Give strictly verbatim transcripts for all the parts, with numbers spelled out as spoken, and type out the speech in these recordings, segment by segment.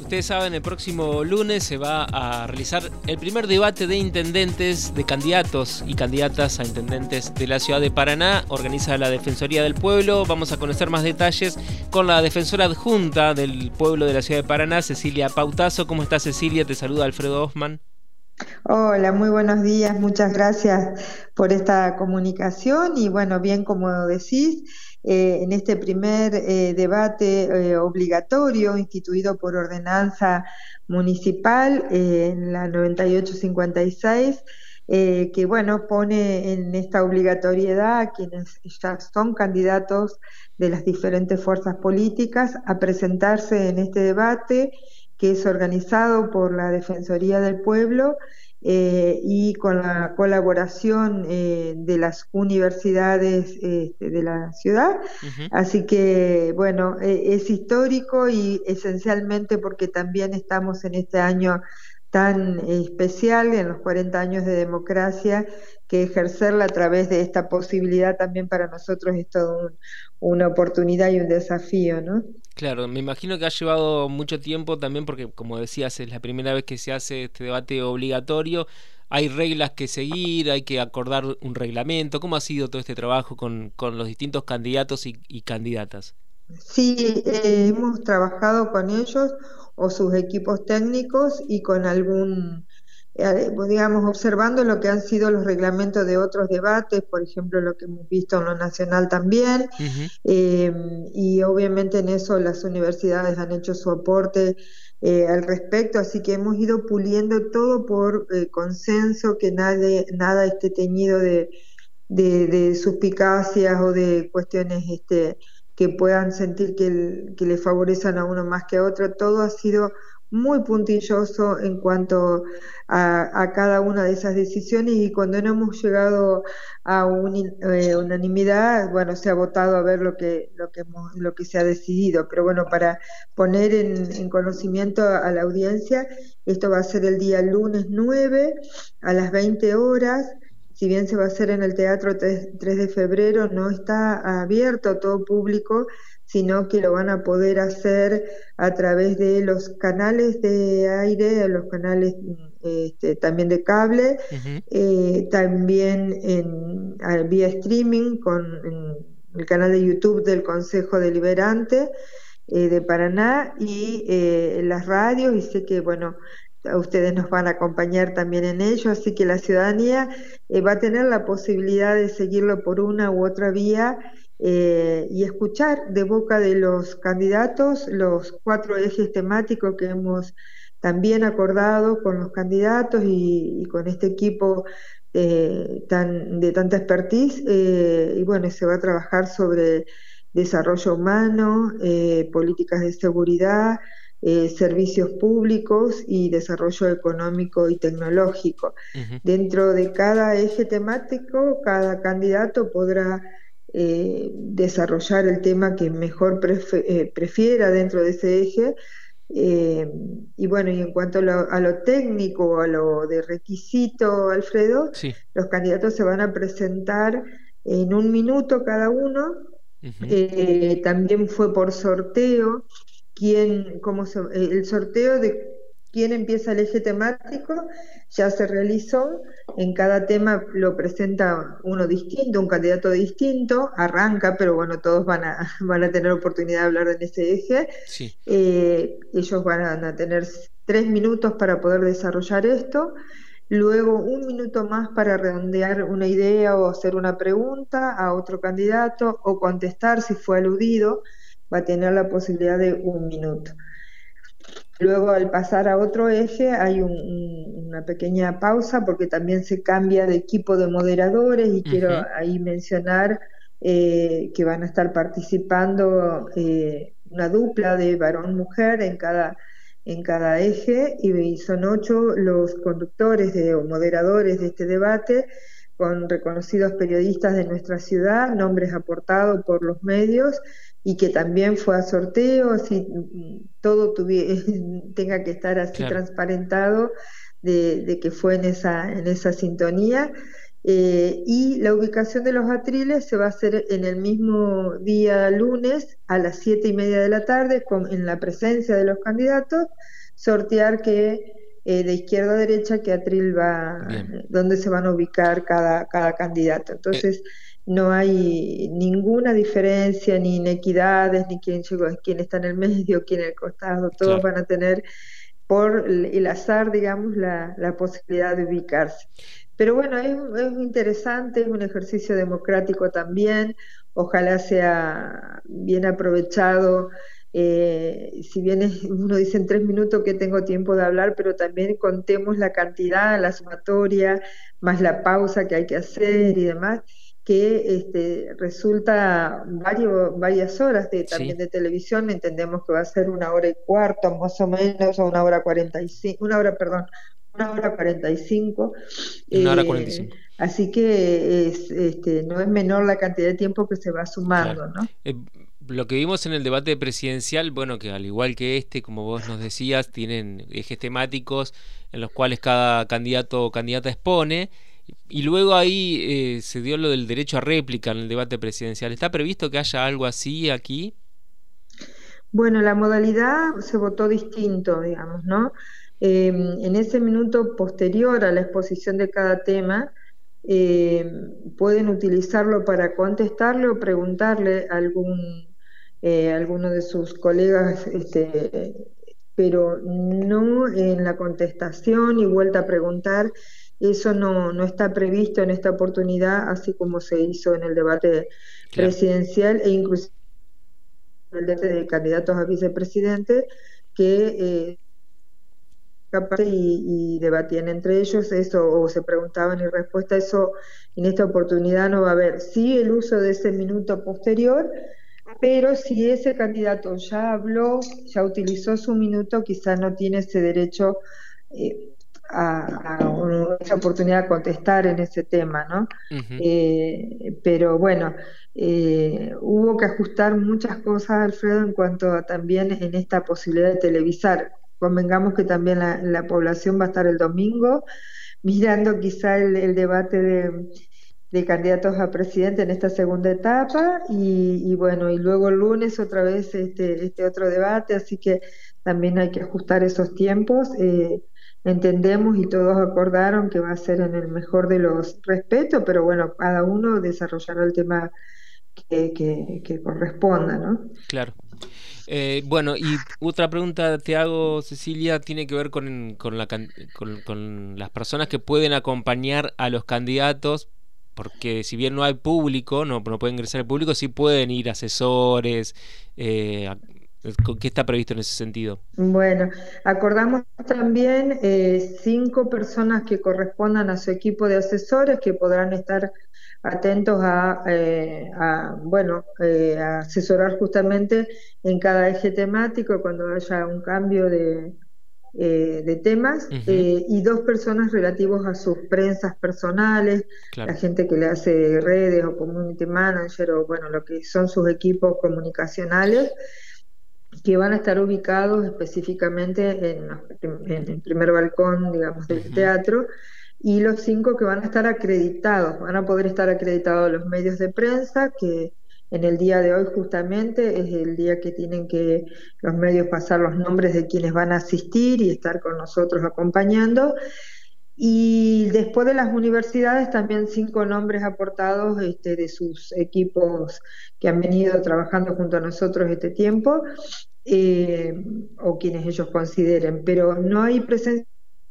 ustedes saben, el próximo lunes se va a realizar el primer debate de intendentes, de candidatos y candidatas a intendentes de la ciudad de Paraná. Organiza la Defensoría del Pueblo. Vamos a conocer más detalles con la defensora adjunta del pueblo de la ciudad de Paraná, Cecilia Pautazo. ¿Cómo estás, Cecilia? Te saluda Alfredo Osman. Hola, muy buenos días, muchas gracias por esta comunicación y bueno, bien como decís, eh, en este primer eh, debate eh, obligatorio instituido por ordenanza municipal eh, en la noventa y ocho cincuenta y seis, eh, que bueno, pone en esta obligatoriedad a quienes ya son candidatos de las diferentes fuerzas políticas a presentarse en este debate, que es organizado por la Defensoría del Pueblo eh, y con la colaboración eh, de las universidades eh, de la ciudad. Uh-huh. Así que, bueno, eh, es histórico y esencialmente porque también estamos en este año tan especial, en los cuarenta años de democracia, que ejercerla a través de esta posibilidad también para nosotros es todo un, una oportunidad y un desafío, ¿no? Claro, me imagino que ha llevado mucho tiempo también porque, como decías, es la primera vez que se hace este debate obligatorio. Hay reglas que seguir, hay que acordar un reglamento. ¿Cómo ha sido todo este trabajo con, con los distintos candidatos y, y candidatas? Sí, eh, hemos trabajado con ellos o sus equipos técnicos y con algún, eh, digamos, observando lo que han sido los reglamentos de otros debates, por ejemplo, lo que hemos visto en lo nacional también, Uh-huh. eh, y obviamente en eso las universidades han hecho su aporte eh, al respecto, así que hemos ido puliendo todo por eh, consenso, que nadie, nada esté teñido de, de, de suspicacias o de cuestiones este, que puedan sentir que, el, que le favorecen a uno más que a otro. Todo ha sido muy puntilloso en cuanto a, a cada una de esas decisiones, y cuando no hemos llegado a un, eh, unanimidad, bueno, se ha votado a ver lo que, lo que, hemos, lo que se ha decidido. Pero bueno, para poner en, en conocimiento a, a la audiencia, esto va a ser el día lunes nueve a las veinte horas. Si bien se va a hacer en el Teatro tres de febrero, no está abierto a todo público, sino que lo van a poder hacer a través de los canales de aire, los canales este, también de cable, Uh-huh. eh, también en, vía streaming con en el canal de YouTube del Consejo Deliberante eh, de Paraná y eh, las radios, y sé que, bueno, ustedes nos van a acompañar también en ello, así que la ciudadanía eh, va a tener la posibilidad de seguirlo por una u otra vía eh, y escuchar de boca de los candidatos los cuatro ejes temáticos que hemos también acordado con los candidatos y, y con este equipo eh, tan, de tanta expertise, eh, y bueno, se va a trabajar sobre desarrollo humano, eh, políticas de seguridad, Eh, servicios públicos y desarrollo económico y tecnológico. Uh-huh. Dentro de cada eje temático, cada candidato podrá eh, desarrollar el tema que mejor prefe- eh, prefiera dentro de ese eje. Eh, y bueno, y en cuanto a lo, a lo técnico, a lo de requisito, Alfredo, Sí. los candidatos se van a presentar en un minuto cada uno. Uh-huh. Eh, también fue por sorteo. Quién, cómo se, el sorteo de quién empieza el eje temático ya se realizó. En cada tema lo presenta uno distinto, un candidato distinto, arranca, pero bueno, todos van a, van a tener oportunidad de hablar en ese eje. Sí. Eh, ellos van a tener tres minutos para poder desarrollar esto, luego un minuto más para redondear una idea o hacer una pregunta a otro candidato o contestar si fue aludido, va a tener la posibilidad de un minuto. Luego, al pasar a otro eje, hay un, un, una pequeña pausa porque también se cambia de equipo de moderadores, y Uh-huh. quiero ahí mencionar eh, que van a estar participando eh, una dupla de varón-mujer en cada, en cada eje, y son ocho los conductores de, o moderadores de este debate, con reconocidos periodistas de nuestra ciudad, nombres aportados por los medios, y que también fue a sorteo, así todo tuviera, tenga que estar así Claro. transparentado de, de que fue en esa, en esa sintonía. Eh, y la ubicación de los atriles se va a hacer en el mismo día lunes a las siete y media de la tarde, con, en la presencia de los candidatos, sortear que eh, de izquierda a derecha qué atril va, Bien. dónde se van a ubicar cada, cada candidato. Eh, Entonces, no hay ninguna diferencia, ni inequidades, ni quién llegó, quién está en el medio, quién en el costado, todos claro. van a tener por el azar, digamos, la, la posibilidad de ubicarse. Pero bueno, es, es interesante, es un ejercicio democrático también, ojalá sea bien aprovechado. Eh, si bien es- uno dice en tres minutos que tengo tiempo de hablar, pero también contemos la cantidad, la sumatoria, más la pausa que hay que hacer y demás, que este, resulta varios, varias horas de, Sí, también de televisión. Entendemos que va a ser una hora y cuarto más o menos, o una hora cuarenta y cinco, una hora, perdón, una hora cuarenta y cinco. una hora cuarenta y Eh, cinco. así que es, este, no es menor la cantidad de tiempo que se va Claro. sumando, ¿no? Eh, lo que vimos en el debate presidencial, bueno, que al igual que este, como vos nos decías, tienen ejes temáticos en los cuales cada candidato o candidata expone, y luego ahí eh, se dio lo del derecho a réplica en el debate presidencial. ¿Está previsto que haya algo así aquí? Bueno, la modalidad se votó distinto, digamos, ¿no? Eh, en ese minuto posterior a la exposición de cada tema, eh, pueden utilizarlo para contestarle o preguntarle a algún, eh, alguno de sus colegas, este, pero no en la contestación y vuelta a preguntar. Eso no, no está previsto en esta oportunidad, así como se hizo en el debate Claro. presidencial e inclusive el debate de candidatos a vicepresidente que eh, capaz y, y debatían entre ellos eso o se preguntaban y respuesta a eso en esta oportunidad no va a haber. Sí el uso de ese minuto posterior, pero si ese candidato ya habló, ya utilizó su minuto, quizás no tiene ese derecho eh, a, a esa oportunidad de contestar en ese tema, ¿no? Ujú. Eh, pero bueno, eh, hubo que ajustar muchas cosas, Alfredo, en cuanto a también en esta posibilidad de televisar. Convengamos que también la, la población va a estar el domingo mirando quizá el, el debate de, de candidatos a presidente en esta segunda etapa y, y bueno, y luego el lunes otra vez este, este otro debate, así que también hay que ajustar esos tiempos. Eh, entendemos y todos acordaron que va a ser en el mejor de los respetos, pero bueno, cada uno desarrollará el tema que, que, que corresponda, ¿no? Claro. Eh, bueno, y otra pregunta te hago, Cecilia, tiene que ver con, con, la, can- con, con las personas que pueden acompañar a los candidatos, porque si bien no hay público, no, no puede ingresar el público, sí pueden ir asesores. Eh, a- ¿qué está previsto en ese sentido? Bueno, acordamos también eh, cinco personas que correspondan a su equipo de asesores que podrán estar atentos a, eh, a, bueno, eh, a asesorar justamente en cada eje temático cuando haya un cambio de, eh, de temas, Ujú. eh, y dos personas relativos a sus prensas personales, la Claro. gente que le hace redes o community manager o bueno, lo que son sus equipos comunicacionales que van a estar ubicados específicamente en, en el primer balcón, digamos, del Ujú. teatro, y los cinco que van a estar acreditados, van a poder estar acreditados los medios de prensa, que en el día de hoy justamente es el día que tienen que los medios pasar los nombres de quienes van a asistir y estar con nosotros acompañando. Y después de las universidades, también cinco nombres aportados este, de sus equipos que han venido trabajando junto a nosotros este tiempo, eh, o quienes ellos consideren, pero no hay presencia.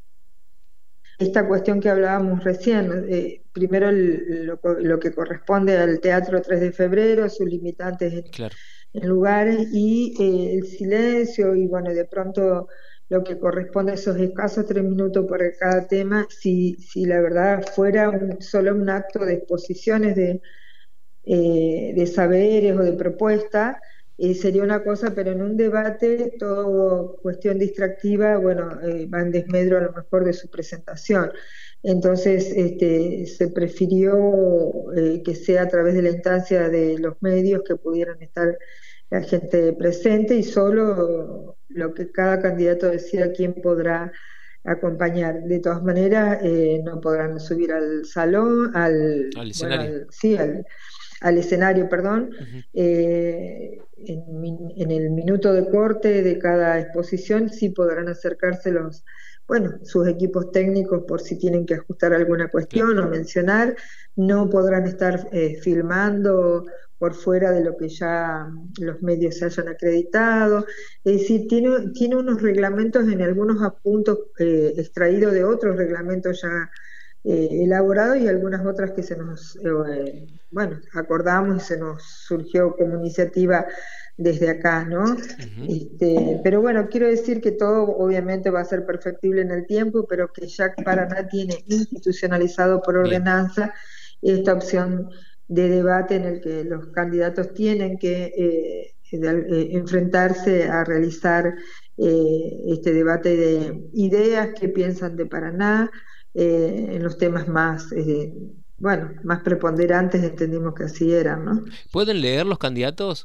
Esta cuestión que hablábamos recién, eh, primero el- lo, lo que corresponde al Teatro tres de Febrero, sus limitantes en, Claro. en lugares y eh, el silencio y bueno, de pronto lo que corresponde a esos escasos tres minutos por cada tema, si, si la verdad fuera un- solo un acto de exposiciones de, eh, de saberes o de propuestas, eh, sería una cosa, pero en un debate, todo cuestión distractiva, bueno, eh, va en desmedro a lo mejor de su presentación. Entonces, este, se prefirió eh, que sea a través de la instancia de los medios que pudieran estar la gente presente y solo lo que cada candidato decida quién podrá acompañar. De todas maneras, eh, no podrán subir al salón, al, Al bueno, escenario. al, sí, al, al escenario, perdón, Uh-huh. eh, en, en el minuto de corte de cada exposición sí podrán acercarse los, bueno, sus equipos técnicos por si tienen que ajustar alguna cuestión Claro. o mencionar, no podrán estar eh, filmando por fuera de lo que ya los medios se hayan acreditado. Es decir, tiene, tiene unos reglamentos en algunos apuntos eh, extraídos de otros reglamentos ya eh, elaborados y algunas otras que se nos, eh, bueno, acordamos y se nos surgió como iniciativa desde acá, ¿no? Uh-huh. Este, pero bueno, quiero decir que todo obviamente va a ser perfectible en el tiempo, pero que ya Paraná tiene institucionalizado por ordenanza Bien. esta opción de debate en el que los candidatos tienen que eh, de, eh, enfrentarse a realizar eh, este debate de ideas que piensan de Paraná eh, en los temas más, eh, bueno, más preponderantes, entendimos que así eran, ¿no? ¿Pueden leer los candidatos?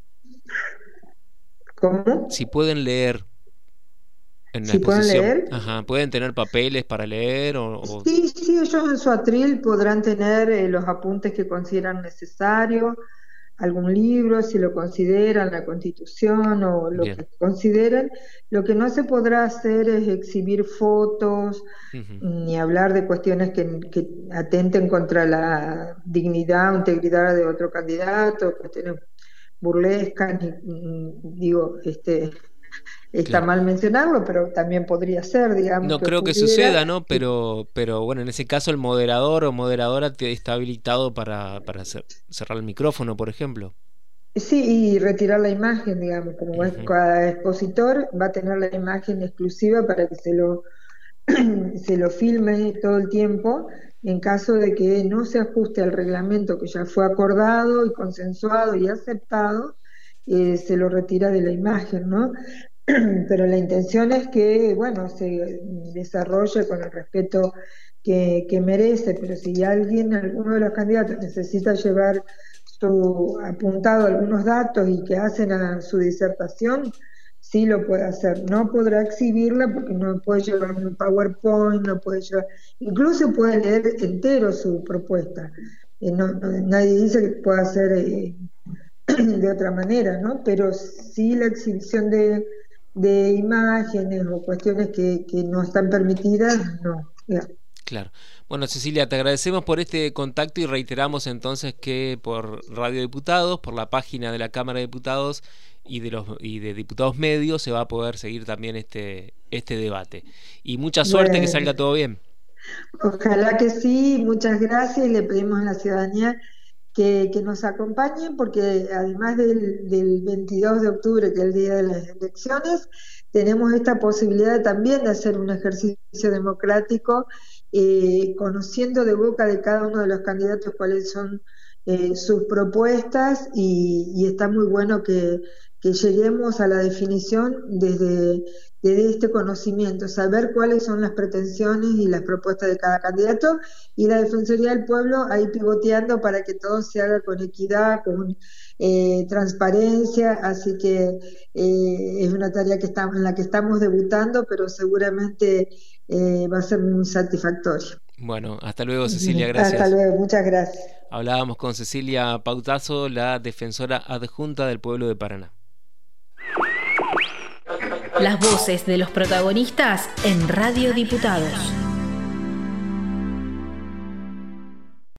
¿Cómo? Si pueden leer en la ¿Si pueden exposición. leer? Ajá, ¿pueden tener papeles para leer o...? o... Sí, sí, ellos en su atril podrán tener eh, los apuntes que consideran necesarios, algún libro, si lo consideran, la Constitución o lo Bien. que consideren. Lo que no se podrá hacer es exhibir fotos, Uh-huh. ni hablar de cuestiones que, que atenten contra la dignidad o integridad de otro candidato, cuestiones burlescas, ni, ni, digo, este... Está Claro. mal mencionarlo, pero también podría ser, digamos, No que creo que ocurriera. suceda, ¿no? Pero, pero bueno, en ese caso el moderador o moderadora te está habilitado para, para hacer, cerrar el micrófono, por ejemplo. Sí, y retirar la imagen, digamos, como Uh-huh. cada expositor va a tener la imagen exclusiva para que se lo, se lo filme todo el tiempo, en caso de que no se ajuste al reglamento que ya fue acordado y consensuado y aceptado, eh, se lo retira de la imagen, ¿no? Pero la intención es que, bueno, se desarrolle con el respeto que, que merece, pero si alguien, alguno de los candidatos necesita llevar su apuntado algunos datos y que hacen a su disertación, sí lo puede hacer. No podrá exhibirla porque no puede llevar un PowerPoint, no puede llevar, incluso puede leer entero su propuesta. Eh, no, no, nadie dice que pueda hacer eh, de otra manera, ¿no? Pero sí la exhibición de de imágenes o cuestiones que, que no están permitidas, no. Yeah. Claro. Bueno, Cecilia, te agradecemos por este contacto y reiteramos entonces que por Radio Diputados, por la página de la Cámara de Diputados y de los y de Diputados Medios se va a poder seguir también este este debate. Y mucha suerte, bueno, que salga todo bien. Ojalá que sí, muchas gracias y le pedimos a la ciudadanía Que, que nos acompañen, porque además del, del veintidós de octubre, que es el día de las elecciones, tenemos esta posibilidad también de hacer un ejercicio democrático, eh, conociendo de boca de cada uno de los candidatos cuáles son eh, sus propuestas, y, y está muy bueno que, que lleguemos a la definición desde, desde este conocimiento, saber cuáles son las pretensiones y las propuestas de cada candidato, y la Defensoría del Pueblo ahí pivoteando para que todo se haga con equidad, con eh, transparencia, así que eh, es una tarea que estamos, en la que estamos debutando, pero seguramente eh, va a ser muy satisfactoria. Bueno, hasta luego, Cecilia, gracias. Hasta luego, muchas gracias. Hablábamos con Cecilia Pautazo, la defensora adjunta del pueblo de Paraná. Las voces de los protagonistas en Radio Diputados.